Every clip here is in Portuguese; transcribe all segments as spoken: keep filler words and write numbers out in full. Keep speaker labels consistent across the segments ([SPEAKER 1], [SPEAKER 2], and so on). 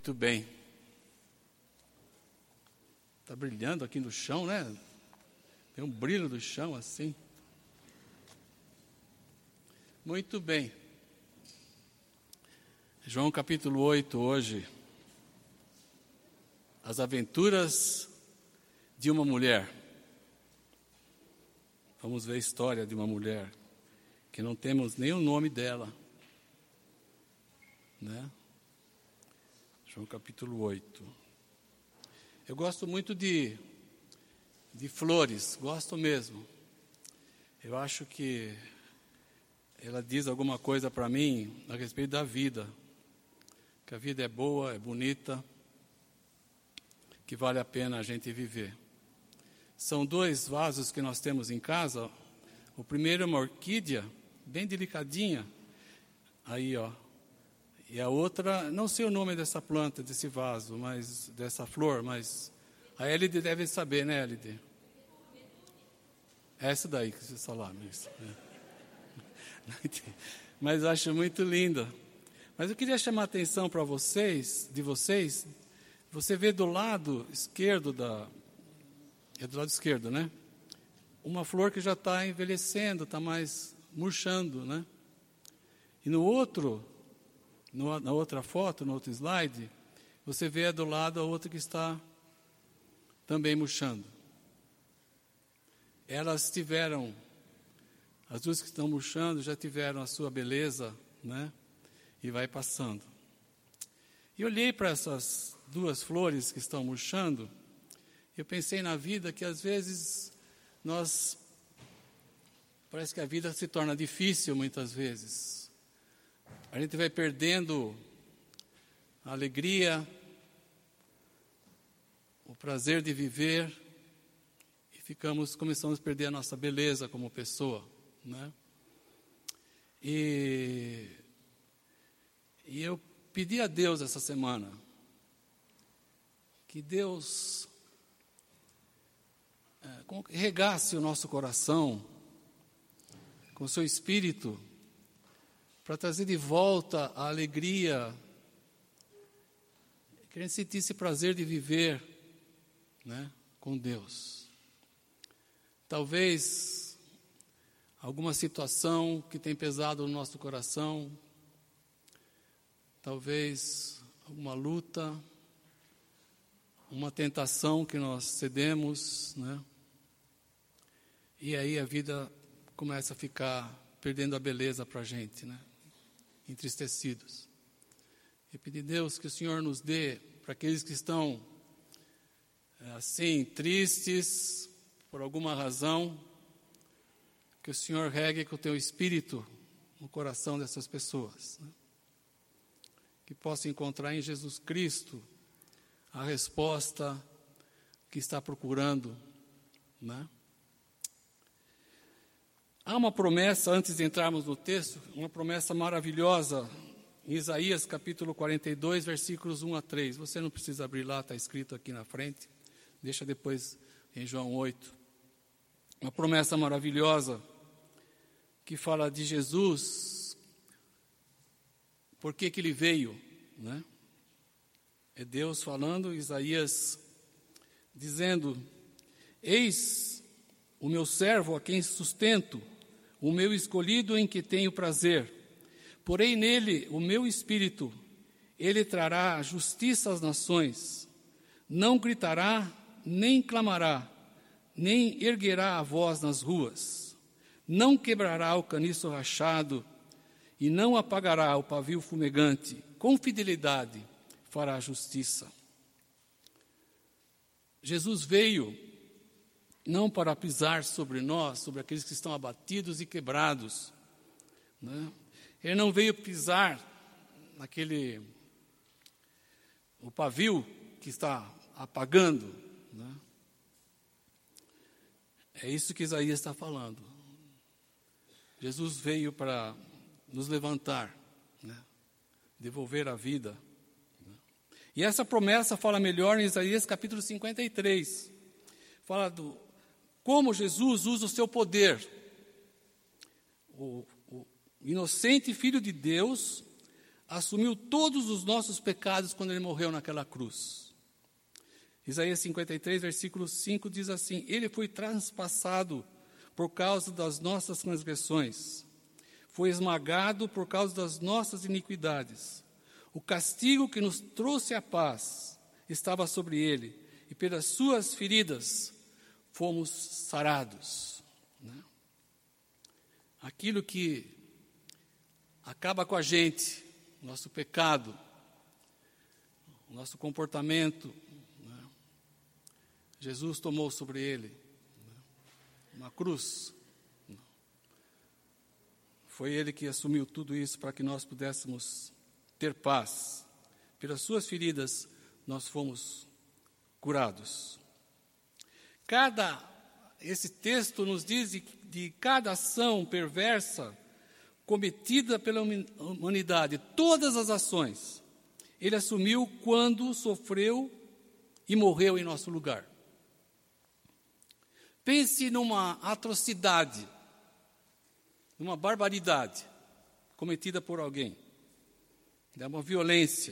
[SPEAKER 1] Muito bem. Está brilhando aqui no chão, né? Tem um brilho do chão assim. Muito bem. João capítulo oito hoje. As aventuras de uma mulher. Vamos ver a história de uma mulher que não temos nem o nome dela, né? João capítulo oito. Eu gosto muito de, de flores, gosto mesmo. Eu acho que ela diz alguma coisa para mim a respeito da vida. Que a vida é boa, é bonita, que vale a pena a gente viver. São dois vasos que nós temos em casa. O primeiro é uma orquídea, bem delicadinha. Aí, ó. E a outra, não sei o nome dessa planta, desse vaso, mas dessa flor, mas a Elide deve saber, né, Elide? É essa daí que você falar, mas, é. Mas acho muito linda. Mas eu queria chamar a atenção para vocês, de vocês. Você vê do lado esquerdo da, é do lado esquerdo, né? Uma flor que já está envelhecendo, está mais murchando, né? E no outro No, na outra foto, no outro slide, você vê do lado a outra que está também murchando. Elas tiveram, as duas que estão murchando já tiveram a sua beleza, né? E vai passando. E olhei para essas duas flores que estão murchando, eu pensei na vida que às vezes nós, parece que a vida se torna difícil muitas vezes. A gente vai perdendo a alegria, o prazer de viver e ficamos, começamos a perder a nossa beleza como pessoa, né? E, e eu pedi a Deus essa semana que Deus é, regasse o nosso coração com o seu Espírito, para trazer de volta a alegria, que a gente sentisse prazer de viver, né, com Deus. Talvez alguma situação que tem pesado no nosso coração, talvez alguma luta, uma tentação que nós cedemos, né? E aí a vida começa a ficar perdendo a beleza para a gente, né? Entristecidos. E pedir a Deus que o Senhor nos dê, para aqueles que estão assim, tristes, por alguma razão, que o Senhor regue com o teu Espírito no coração dessas pessoas, né? Que possa encontrar em Jesus Cristo a resposta que está procurando, né? Há uma promessa, antes de entrarmos no texto, uma promessa maravilhosa, em Isaías capítulo quarenta e dois, versículos um a três. Você não precisa abrir lá, está escrito aqui na frente. Deixa depois em João oito. Uma promessa maravilhosa que fala de Jesus, por que que ele veio, né? É Deus falando, Isaías dizendo: eis o meu servo a quem sustento, o meu escolhido em que tenho prazer. Porém nele o meu espírito, ele trará justiça às nações. Não gritará, nem clamará, nem erguerá a voz nas ruas. Não quebrará o caniço rachado e não apagará o pavio fumegante. Com fidelidade fará a justiça. Jesus veio não para pisar sobre nós, sobre aqueles que estão abatidos e quebrados, né? Ele não veio pisar naquele, o pavio que está apagando, né? É isso que Isaías está falando. Jesus veio para nos levantar, né? Devolver a vida, né? E essa promessa fala melhor em Isaías capítulo cinquenta e três. Fala do como Jesus usa o seu poder. O, o inocente Filho de Deus assumiu todos os nossos pecados quando ele morreu naquela cruz. Isaías cinquenta e três, versículo cinco diz assim: ele foi transpassado por causa das nossas transgressões, foi esmagado por causa das nossas iniquidades. O castigo que nos trouxe a paz estava sobre ele, e pelas suas feridas fomos sarados. Né? Aquilo que acaba com a gente, nosso pecado, o nosso comportamento, né? Jesus tomou sobre ele, né? Uma cruz. Foi ele que assumiu tudo isso para que nós pudéssemos ter paz. Pelas suas feridas nós fomos curados. Cada, esse texto nos diz de, de cada ação perversa cometida pela humanidade, todas as ações, ele assumiu quando sofreu e morreu em nosso lugar. Pense numa atrocidade, numa barbaridade cometida por alguém, é uma violência.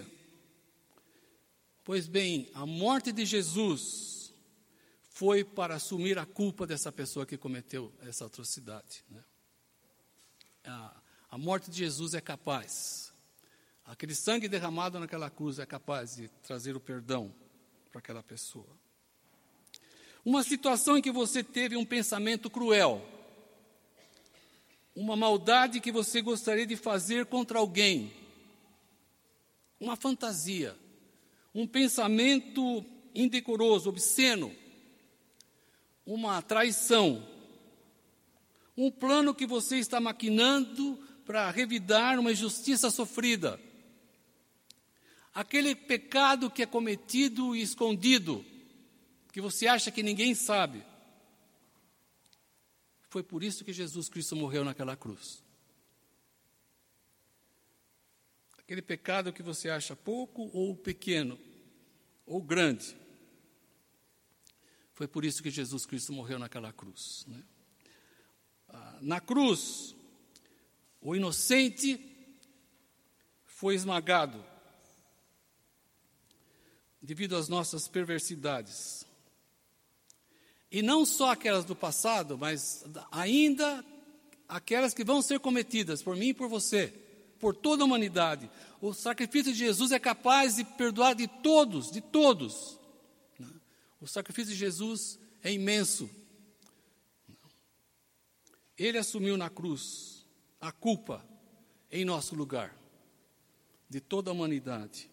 [SPEAKER 1] Pois bem, a morte de Jesus foi para assumir a culpa dessa pessoa que cometeu essa atrocidade. Né? A, a morte de Jesus é capaz, aquele sangue derramado naquela cruz é capaz de trazer o perdão para aquela pessoa. Uma situação em que você teve um pensamento cruel, uma maldade que você gostaria de fazer contra alguém, uma fantasia, um pensamento indecoroso, obsceno, uma traição, um plano que você está maquinando para revidar uma injustiça sofrida, aquele pecado que é cometido e escondido, que você acha que ninguém sabe. Foi por isso que Jesus Cristo morreu naquela cruz. Aquele pecado que você acha pouco ou pequeno, ou grande. Foi por isso que Jesus Cristo morreu naquela cruz. Né? Na cruz, o inocente foi esmagado devido às nossas perversidades. E não só aquelas do passado, mas ainda aquelas que vão ser cometidas por mim e por você, por toda a humanidade. O sacrifício de Jesus é capaz de perdoar de todos, de todos. O sacrifício de Jesus é imenso. Ele assumiu na cruz a culpa em nosso lugar, de toda a humanidade.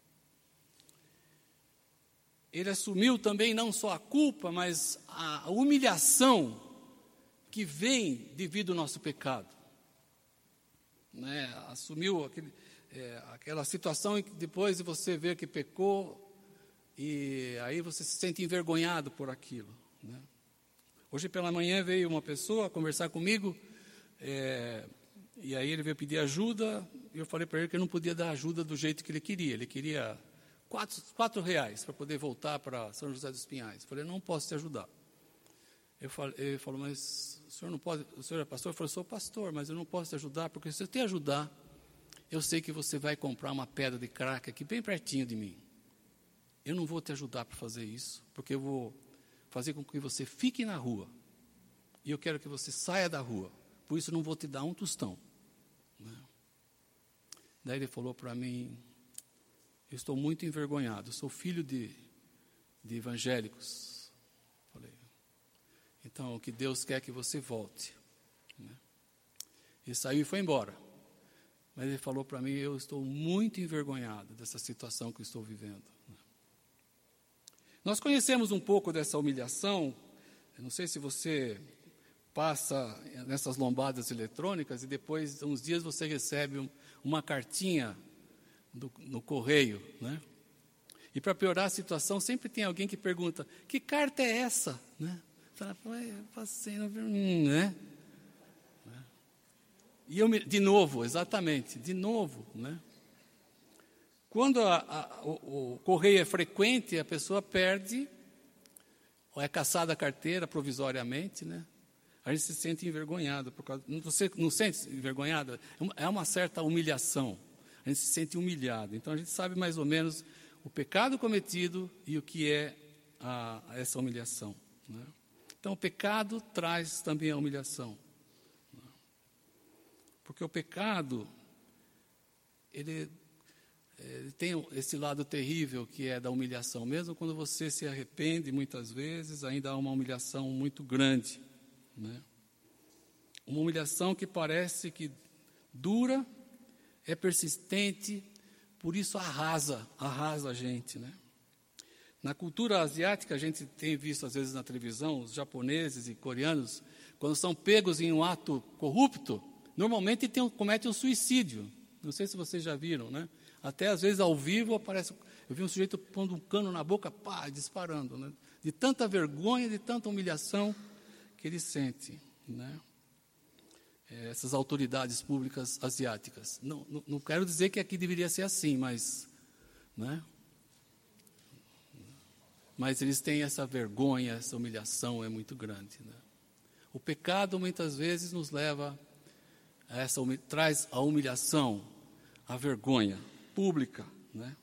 [SPEAKER 1] Ele assumiu também não só a culpa, mas a humilhação que vem devido ao nosso pecado. Né? Assumiu aquele, é, aquela situação em que depois de você ver que pecou, e aí você se sente envergonhado por aquilo. Né? Hoje pela manhã veio uma pessoa conversar comigo, é, e aí ele veio pedir ajuda, e eu falei para ele que eu não podia dar ajuda do jeito que ele queria. Ele queria quatro, quatro reais para poder voltar para São José dos Pinhais. Eu falei, não posso te ajudar. Eu falei, ele falou, mas o senhor não pode, o senhor é pastor? Eu falei, sou pastor, mas eu não posso te ajudar, porque se eu te ajudar, eu sei que você vai comprar uma pedra de crack aqui bem pertinho de mim. Eu não vou te ajudar para fazer isso, porque eu vou fazer com que você fique na rua. E eu quero que você saia da rua. Por isso eu não vou te dar um tostão. Né? Daí ele falou para mim, eu estou muito envergonhado, sou filho de, de evangélicos. Falei, então, o que Deus quer que você volte. Né? Ele saiu e foi embora. Mas ele falou para mim, eu estou muito envergonhado dessa situação que eu estou vivendo. Nós conhecemos um pouco dessa humilhação. Eu não sei se você passa nessas lombadas eletrônicas e depois, uns dias, você recebe um, uma cartinha do, no correio, né? E para piorar a situação, sempre tem alguém que pergunta, que carta é essa? Né? Fala, passei no... Hum, né? E eu me, de novo, exatamente, de novo, né? Quando a, a, o, o correio é frequente, a pessoa perde, ou é caçada a carteira provisoriamente, né? A gente se sente envergonhado. Por causa, você não sente envergonhado? É uma certa humilhação. a gente se sente humilhado. Então, a gente sabe mais ou menos o pecado cometido e o que é a, a essa humilhação, né? Então, o pecado traz também a humilhação. Porque o pecado, ele, ele tem esse lado terrível que é da humilhação. Mesmo quando você se arrepende, muitas vezes, ainda há uma humilhação muito grande, né? Uma humilhação que parece que dura, é persistente, por isso arrasa, arrasa a gente, né? Na cultura asiática, a gente tem visto, às vezes, na televisão, os japoneses e coreanos, quando são pegos em um ato corrupto, normalmente tem, cometem um suicídio. Não sei se vocês já viram, né? Até, às vezes, ao vivo, aparece... Eu vi um sujeito pondo um cano na boca, pá, disparando, né? De tanta vergonha, de tanta humilhação que ele sente, né? Essas autoridades públicas asiáticas. Não, não, não quero dizer que aqui deveria ser assim, mas... né? Mas eles têm essa vergonha, essa humilhação é muito grande, né? O pecado muitas vezes nos leva a essa, traz a humilhação, a vergonha pública, né?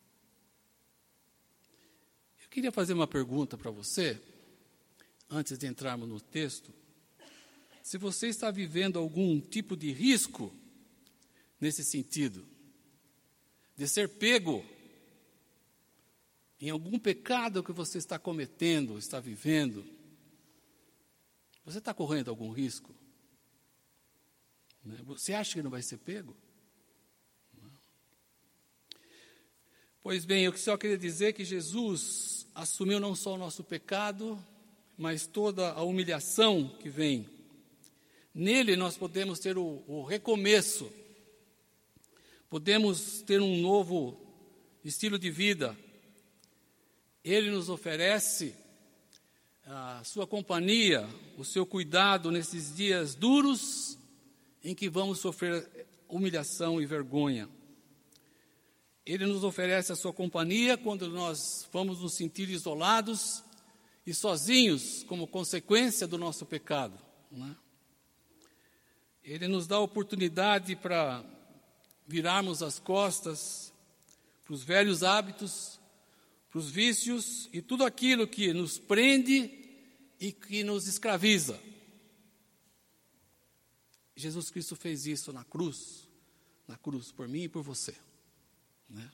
[SPEAKER 1] Eu queria fazer uma pergunta para você, antes de entrarmos no texto. Se você está vivendo algum tipo de risco nesse sentido, de ser pego em algum pecado que você está cometendo, está vivendo, você está correndo algum risco? Você acha que não vai ser pego? Pois bem, eu só queria dizer que Jesus assumiu não só o nosso pecado, mas toda a humilhação que vem. Nele nós podemos ter o, o recomeço, podemos ter um novo estilo de vida. Ele nos oferece a sua companhia, o seu cuidado nesses dias duros em que vamos sofrer humilhação e vergonha. Ele nos oferece a sua companhia quando nós vamos nos sentir isolados e sozinhos como consequência do nosso pecado, né? Ele nos dá a oportunidade para virarmos as costas para os velhos hábitos, para os vícios e tudo aquilo que nos prende e que nos escraviza. Jesus Cristo fez isso na cruz, na cruz por mim e por você, né?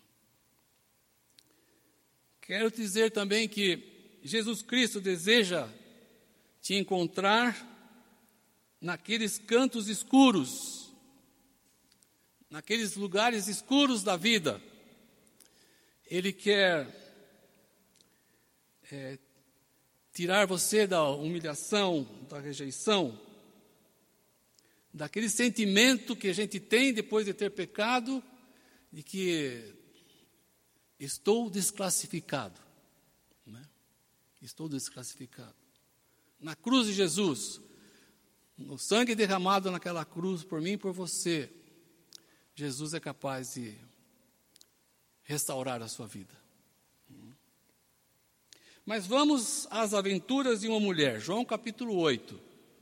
[SPEAKER 1] Quero dizer também que Jesus Cristo deseja te encontrar naqueles cantos escuros, naqueles lugares escuros da vida. Ele quer é, tirar você da humilhação, da rejeição, daquele sentimento que a gente tem depois de ter pecado, de que estou desclassificado, né? Estou desclassificado. Na cruz de Jesus, no sangue derramado naquela cruz por mim e por você, Jesus é capaz de restaurar a sua vida. Mas vamos às aventuras de uma mulher. João capítulo oito.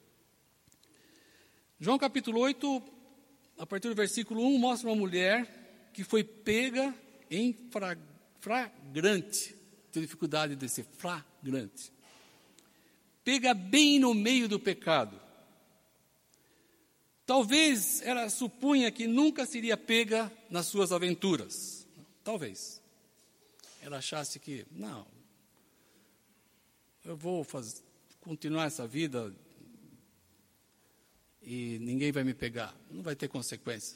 [SPEAKER 1] João capítulo oito, a partir do versículo um, mostra uma mulher que foi pega em flagrante. Tenho dificuldade de ser flagrante. Pega bem no meio do pecado. Talvez ela supunha que nunca seria pega nas suas aventuras. Talvez. Ela achasse que, não, eu vou fazer, continuar essa vida e ninguém vai me pegar. Não vai ter consequência.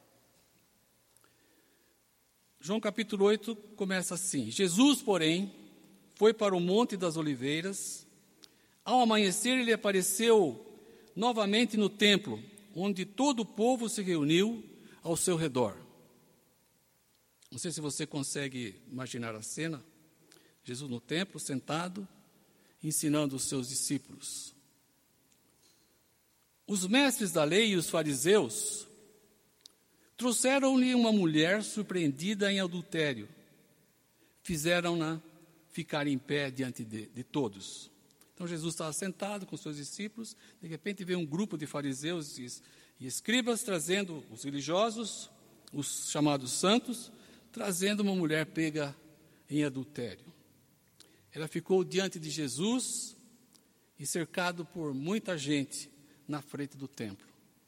[SPEAKER 1] João capítulo oito começa assim. Jesus, porém, foi para o Monte das Oliveiras. Ao amanhecer, ele apareceu novamente no templo, onde todo o povo se reuniu ao seu redor. Não sei se você consegue imaginar a cena. Jesus no templo, sentado, ensinando os seus discípulos. Os mestres da lei e os fariseus trouxeram-lhe uma mulher surpreendida em adultério. Fizeram-na ficar em pé diante de, de todos. Então Jesus estava sentado com seus discípulos, de repente veio um grupo de fariseus e, e escribas trazendo os religiosos, os chamados santos, trazendo uma mulher pega em adultério. Ela ficou diante de Jesus e cercado por muita gente na frente do templo.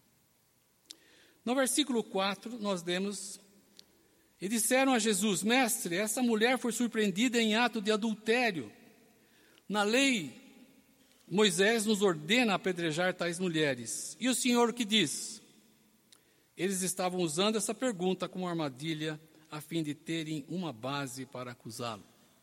[SPEAKER 1] No versículo quatro, nós lemos: e disseram a Jesus: mestre, essa mulher foi surpreendida em ato de adultério. Na lei, Moisés nos ordena apedrejar tais mulheres. E o Senhor o que diz? Eles estavam usando essa pergunta como armadilha, a fim de terem uma base para acusá-lo.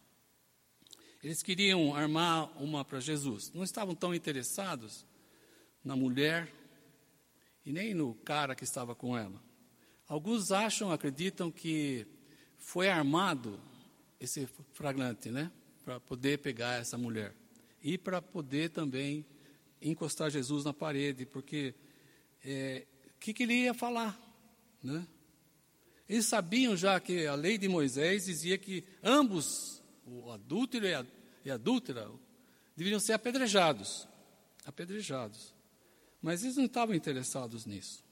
[SPEAKER 1] Eles queriam armar uma para Jesus. Não estavam tão interessados na mulher e nem no cara que estava com ela. Alguns acham, acreditam que foi armado esse flagrante, né? Para poder pegar essa mulher. E para poder também encostar Jesus na parede, porque o é, que, que ele ia falar, né? Eles sabiam já que a lei de Moisés dizia que ambos, o adúltero e a, e a adúltera, deveriam ser apedrejados. Apedrejados. Mas eles não estavam interessados nisso.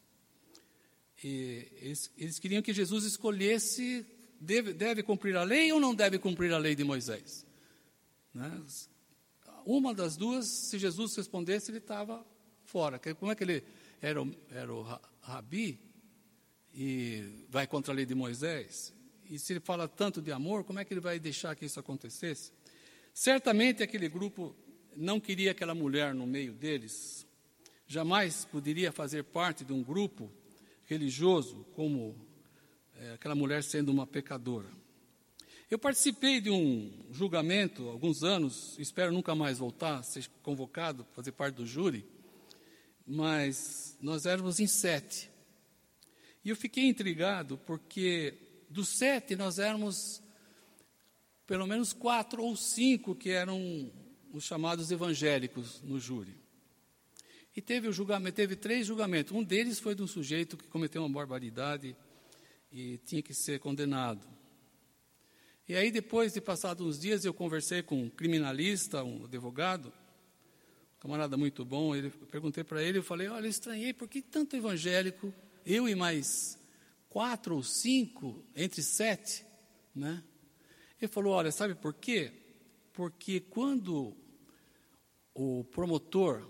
[SPEAKER 1] E eles, eles queriam que Jesus escolhesse, deve, deve cumprir a lei ou não deve cumprir a lei de Moisés. Né? Uma das duas, se Jesus respondesse, ele estava fora. Como é que ele era o, era o rabi e vai contra a lei de Moisés? E se ele fala tanto de amor, como é que ele vai deixar que isso acontecesse? Certamente aquele grupo não queria aquela mulher no meio deles. Jamais poderia fazer parte de um grupo religioso como é, aquela mulher sendo uma pecadora. Eu participei de um julgamento há alguns anos, espero nunca mais voltar, ser convocado, fazer parte do júri, mas nós éramos em sete. E eu fiquei intrigado porque dos sete nós éramos pelo menos quatro ou cinco que eram os chamados evangélicos no júri. E teve o julgamento, teve três julgamentos. Um deles foi de um sujeito que cometeu uma barbaridade e tinha que ser condenado. E aí, depois de passados uns dias, eu conversei com um criminalista, um advogado, um camarada muito bom. Ele, eu perguntei para ele, eu falei: olha, eu estranhei, por que tanto evangélico, eu e mais quatro ou cinco, entre sete, né? Ele falou: olha, sabe por quê? Porque quando o promotor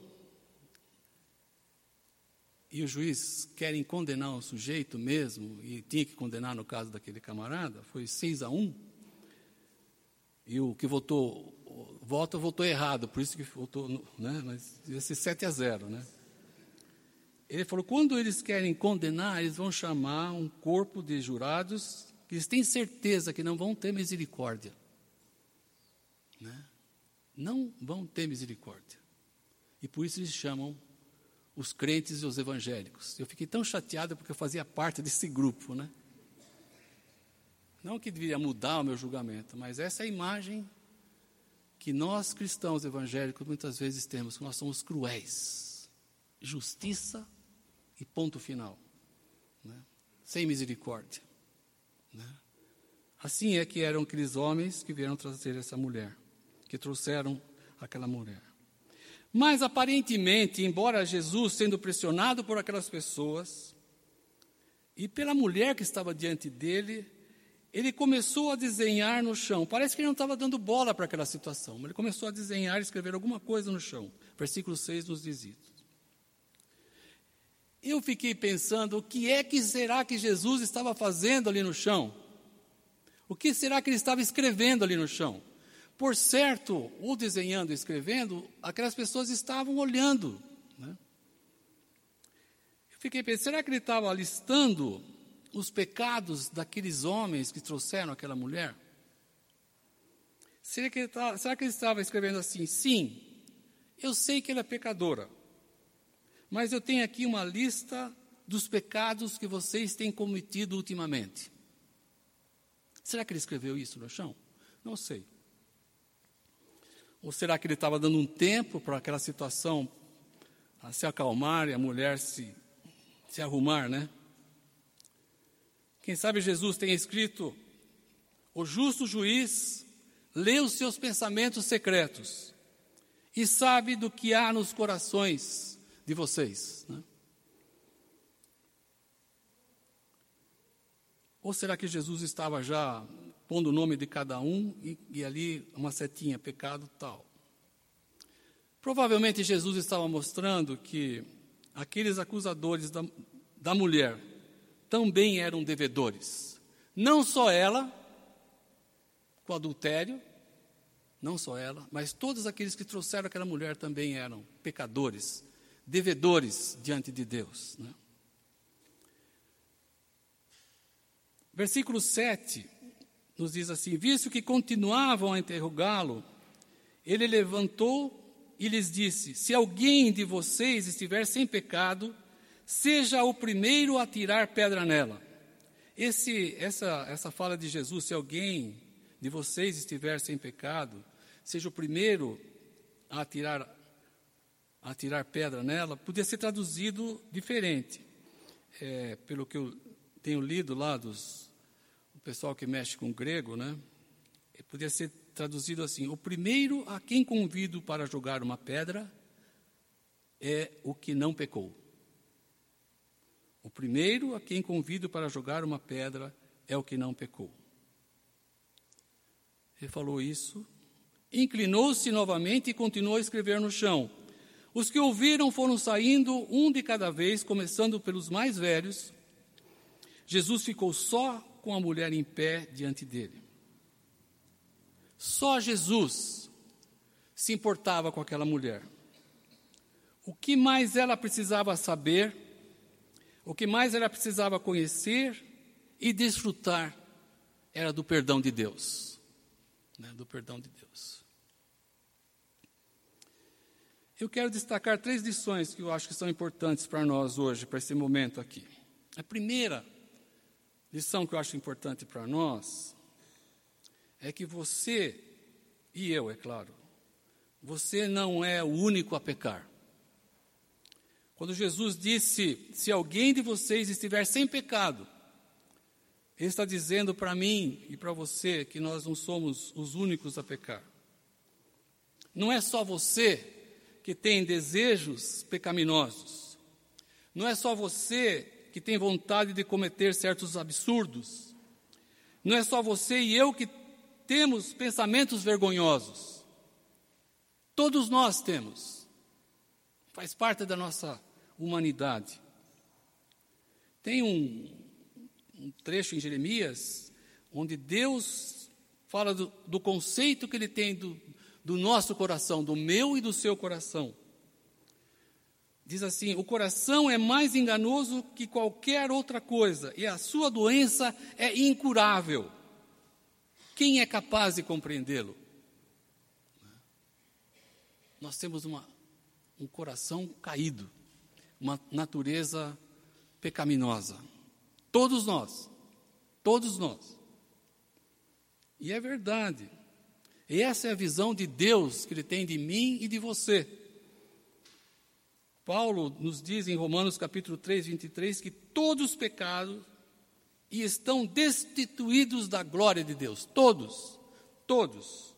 [SPEAKER 1] e o juiz querem condenar um sujeito mesmo, e tinha que condenar no caso daquele camarada, foi seis a um, e o que votou, o voto votou errado, por isso que votou, né, mas ia ser sete a zero, né? Ele falou: quando eles querem condenar, eles vão chamar um corpo de jurados que eles têm certeza que não vão ter misericórdia, né? Não vão ter misericórdia. E por isso eles chamam os crentes e os evangélicos. Eu fiquei tão chateado porque eu fazia parte desse grupo, né? Não que deveria mudar o meu julgamento, mas essa é a imagem que nós cristãos evangélicos muitas vezes temos, que nós somos cruéis. Justiça e ponto final, né? Sem misericórdia, né? Assim é que eram aqueles homens que vieram trazer essa mulher, que trouxeram aquela mulher. Mas, aparentemente, embora Jesus, sendo pressionado por aquelas pessoas e pela mulher que estava diante dele, ele começou a desenhar no chão. Parece que ele não estava dando bola para aquela situação, mas ele começou a desenhar e escrever alguma coisa no chão. Versículo seis nos diz isso. Eu fiquei pensando, o que é que será que Jesus estava fazendo ali no chão? O que será que ele estava escrevendo ali no chão? Por certo, ou desenhando, escrevendo, aquelas pessoas estavam olhando, né? Eu fiquei pensando, será que ele estava listando os pecados daqueles homens que trouxeram aquela mulher? Será que ele estava, será que ele estava escrevendo assim: sim, eu sei que ela é pecadora, mas eu tenho aqui uma lista dos pecados que vocês têm cometido ultimamente. Será que ele escreveu isso no chão? Não sei. Ou será que ele estava dando um tempo para aquela situação a se acalmar e a mulher se, se arrumar, né? Quem sabe Jesus tenha escrito: o justo juiz lê os seus pensamentos secretos e sabe do que há nos corações de vocês, né? Ou será que Jesus estava já pondo o nome de cada um e, e ali uma setinha, pecado tal? Provavelmente Jesus estava mostrando que aqueles acusadores da, da mulher também eram devedores. Não só ela, com adultério, não só ela, mas todos aqueles que trouxeram aquela mulher também eram pecadores, devedores diante de Deus, né? Versículo sete nos diz assim: visto que continuavam a interrogá-lo, ele levantou e lhes disse: se alguém de vocês estiver sem pecado, seja o primeiro a tirar pedra nela. Esse, essa, essa fala de Jesus, se alguém de vocês estiver sem pecado, seja o primeiro a tirar, a tirar pedra nela, podia ser traduzido diferente. É, pelo que eu tenho lido lá dos o pessoal que mexe com grego, né? Podia ser traduzido assim: o primeiro a quem convido para jogar uma pedra é o que não pecou. O primeiro a quem convido para jogar uma pedra é o que não pecou. Ele falou isso, inclinou-se novamente e continuou a escrever no chão. Os que ouviram foram saindo, um de cada vez, começando pelos mais velhos. Jesus ficou só com a mulher em pé diante dele. Só Jesus se importava com aquela mulher. O que mais ela precisava saber, o que mais ela precisava conhecer e desfrutar era do perdão de Deus, né? Do perdão de Deus. Eu quero destacar três lições que eu acho que são importantes para nós hoje, para esse momento aqui. A primeira lição que eu acho importante para nós é que você, e eu, é claro, você não é o único a pecar. Quando Jesus disse: se alguém de vocês estiver sem pecado, Ele está dizendo para mim e para você que nós não somos os únicos a pecar. Não é só você que tem desejos pecaminosos. Não é só você que tem vontade de cometer certos absurdos. Não é só você e eu que temos pensamentos vergonhosos. Todos nós temos. Faz parte da nossa humanidade. Tem um, um trecho em Jeremias onde Deus fala do, do conceito que Ele tem do, do nosso coração, do meu e do seu coração. Diz assim: o coração é mais enganoso que qualquer outra coisa, e a sua doença é incurável. Quem é capaz de compreendê-lo? Nós temos uma, um coração caído, uma natureza pecaminosa. Todos nós, todos nós. E é verdade. E essa é a visão de Deus que Ele tem de mim e de você. Paulo nos diz em Romanos capítulo três, vinte e três, que todos pecaram e estão destituídos da glória de Deus. Todos, todos.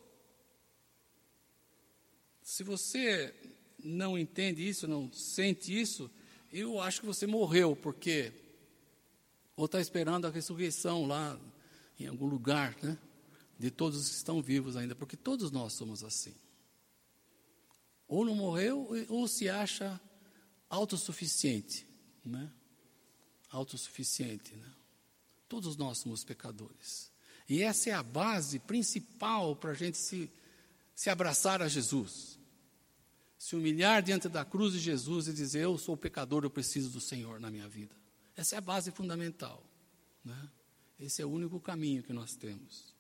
[SPEAKER 1] Se você não entende isso, não sente isso, eu acho que você morreu, porque ou está esperando a ressurreição lá em algum lugar, né, de todos os que estão vivos ainda, porque todos nós somos assim. Ou não morreu, ou se acha autossuficiente, né? Autossuficiente, né? Todos nós somos pecadores. E essa é a base principal para a gente se, se abraçar a Jesus. Se humilhar diante da cruz de Jesus e dizer: eu sou pecador, eu preciso do Senhor na minha vida. Essa é a base fundamental, né? Esse é o único caminho que nós temos.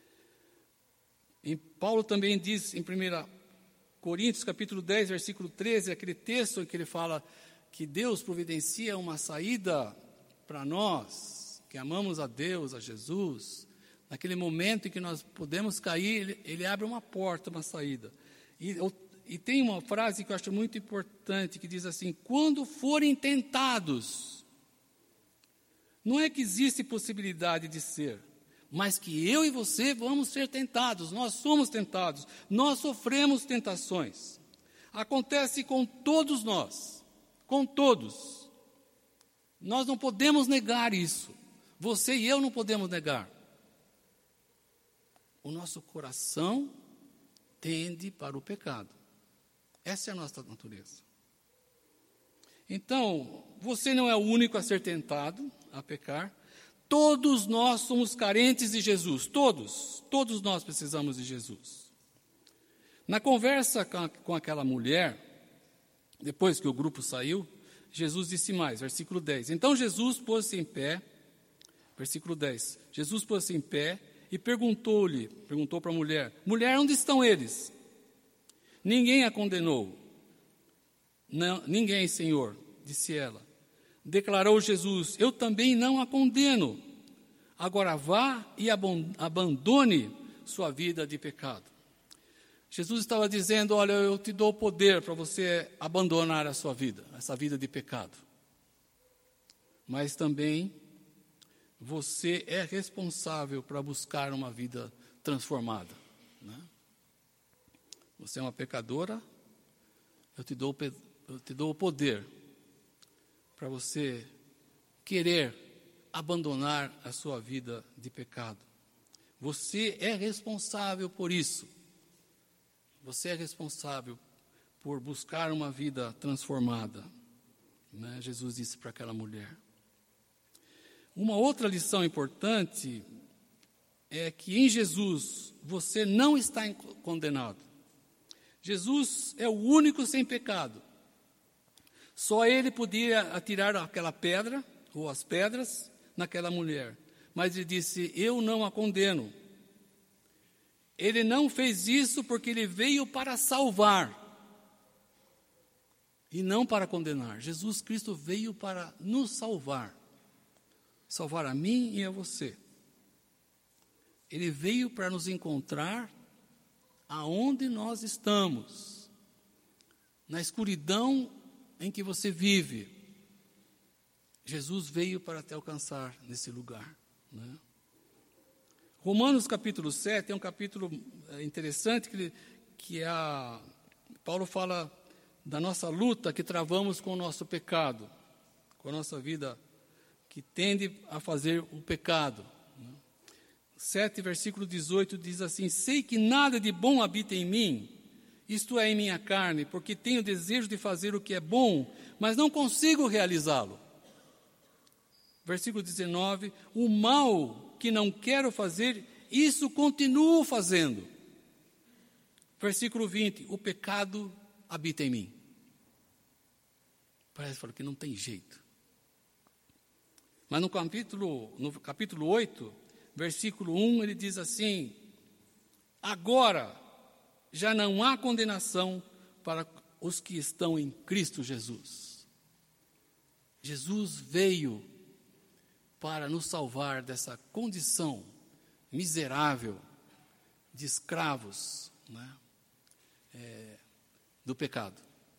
[SPEAKER 1] E Paulo também diz em primeira Coríntios, capítulo dez, versículo treze, aquele texto em que ele fala que Deus providencia uma saída para nós, que amamos a Deus, a Jesus. Naquele momento em que nós podemos cair, ele, ele abre uma porta, uma saída. E, e tem uma frase que eu acho muito importante, que diz assim: quando forem tentados, não é que existe possibilidade de ser, mas que eu e você vamos ser tentados. Nós somos tentados, nós sofremos tentações. Acontece com todos nós, com todos. Nós não podemos negar isso. você e eu não podemos negar. O nosso coração tende para o pecado. Essa é a nossa natureza. Então, você não é o único a ser tentado a pecar. Todos nós somos carentes de Jesus. Todos. Todos nós precisamos de Jesus. Na conversa com, com aquela mulher, depois que o grupo saiu, Jesus disse mais, versículo dez. Então Jesus pôs-se em pé, versículo dez. Jesus pôs-se em pé e perguntou-lhe, perguntou para a mulher, mulher, onde estão eles? Ninguém a condenou. Não, ninguém, Senhor, disse ela. Declarou Jesus, eu também não a condeno. Agora vá e abandone sua vida de pecado. Jesus estava dizendo, olha, eu te dou o poder para você abandonar a sua vida, essa vida de pecado. Mas também você é responsável para buscar uma vida transformada, né? Você é uma pecadora, eu te dou, eu te dou o poder para você querer abandonar a sua vida de pecado. Você é responsável por isso. Você é responsável por buscar uma vida transformada, né? Jesus disse para aquela mulher. Uma outra lição importante é que em Jesus você não está condenado. Jesus é o único sem pecado. Só ele podia atirar aquela pedra, ou as pedras, naquela mulher. Mas ele disse, eu não a condeno. Ele não fez isso porque ele veio para salvar e não para condenar. Jesus Cristo veio para nos salvar. Salvar a mim e a você. Ele veio para nos encontrar aonde nós estamos. Na escuridão em que você vive. Jesus veio para te alcançar nesse lugar, né? Romanos capítulo sete é um capítulo interessante que, que é a, Paulo fala da nossa luta que travamos com o nosso pecado, com a nossa vida que tende a fazer o pecado. sete, versículo dezoito diz assim, sei que nada de bom habita em mim, isto é, em minha carne, porque tenho desejo de fazer o que é bom, mas não consigo realizá-lo. Versículo dezenove, o mal que não quero fazer, isso continuo fazendo. Versículo vinte, o pecado habita em mim. Parece que não tem jeito. Mas no capítulo, no capítulo oito, versículo um, ele diz assim, agora já não há condenação para os que estão em Cristo Jesus. Jesus veio para nos salvar dessa condição miserável de escravos, né, é, do pecado.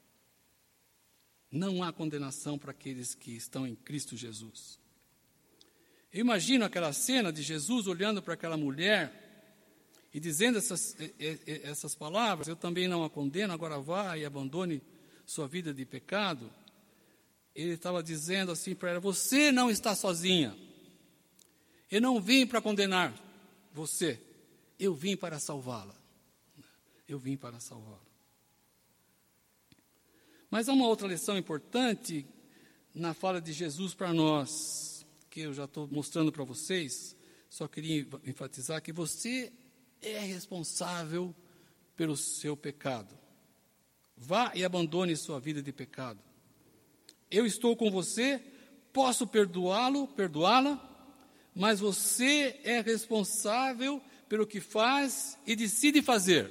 [SPEAKER 1] Não há condenação para aqueles que estão em Cristo Jesus. Eu imagino aquela cena de Jesus olhando para aquela mulher e dizendo essas, essas palavras, eu também não a condeno, agora vá e abandone sua vida de pecado. Ele estava dizendo assim para ela, você não está sozinha. Eu não vim para condenar você, eu vim para salvá-la. Eu vim para salvá-la. Mas há uma outra lição importante na fala de Jesus para nós, que eu já estou mostrando para vocês, só queria enfatizar que você é responsável pelo seu pecado. Vá e abandone sua vida de pecado. Eu estou com você, posso perdoá-lo, perdoá-la, mas você é responsável pelo que faz e decide fazer.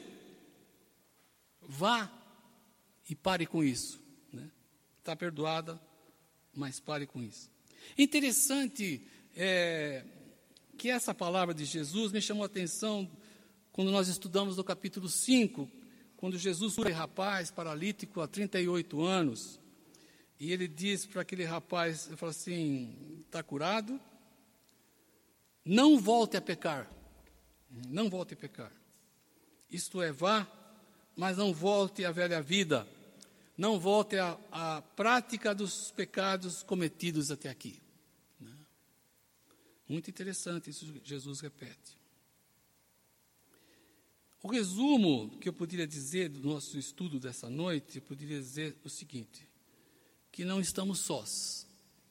[SPEAKER 1] Vá e pare com isso, né? Está perdoada, mas pare com isso. Interessante é, que essa palavra de Jesus me chamou a atenção quando nós estudamos no capítulo cinco, quando Jesus cura um rapaz paralítico há trinta e oito anos, e ele diz para aquele rapaz, ele fala assim, está curado, não volte a pecar, não volte a pecar. Isto é, vá, mas não volte à velha vida, não volte à, à prática dos pecados cometidos até aqui. Muito interessante, isso Jesus repete. O resumo que eu poderia dizer do nosso estudo dessa noite, eu poderia dizer o seguinte, que não estamos sós.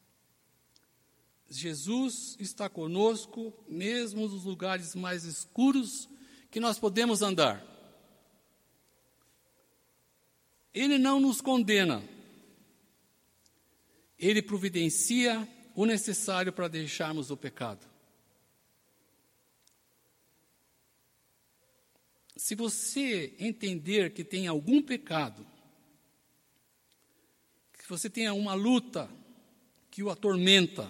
[SPEAKER 1] Jesus está conosco, mesmo nos lugares mais escuros que nós podemos andar. Ele não nos condena. Ele providencia o necessário para deixarmos o pecado. Se você entender que tem algum pecado, que você tenha uma luta que o atormenta,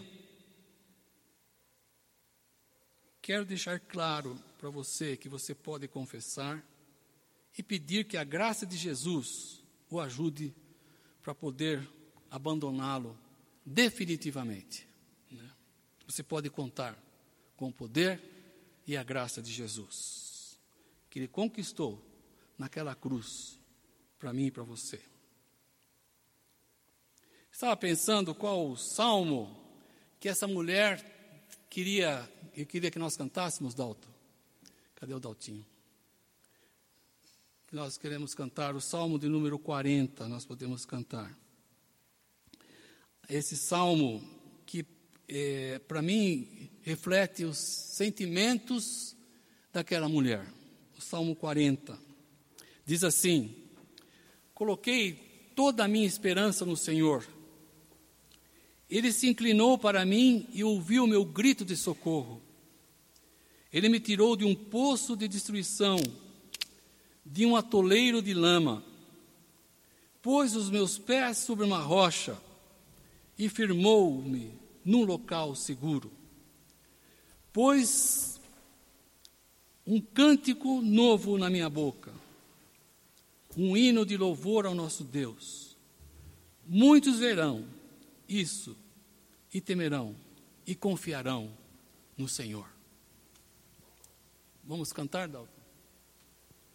[SPEAKER 1] quero deixar claro para você que você pode confessar e pedir que a graça de Jesus o ajude para poder abandoná-lo definitivamente. Né? Você pode contar com o poder e a graça de Jesus, que Ele conquistou naquela cruz, para mim e para você. Estava pensando qual o salmo que essa mulher queria, eu queria que nós cantássemos, Dalton. Cadê o Daltinho? Nós queremos cantar o salmo de número quarenta, nós podemos cantar. Esse salmo que, é, para mim, reflete os sentimentos daquela mulher. O salmo quarenta diz assim: coloquei toda a minha esperança no Senhor. Ele se inclinou para mim e ouviu o meu grito de socorro. Ele me tirou de um poço de destruição, de um atoleiro de lama, pôs os meus pés sobre uma rocha e firmou-me num local seguro. Pôs um cântico novo na minha boca, um hino de louvor ao nosso Deus. Muitos verão isso e temerão e confiarão no Senhor. Vamos cantar, Dalton?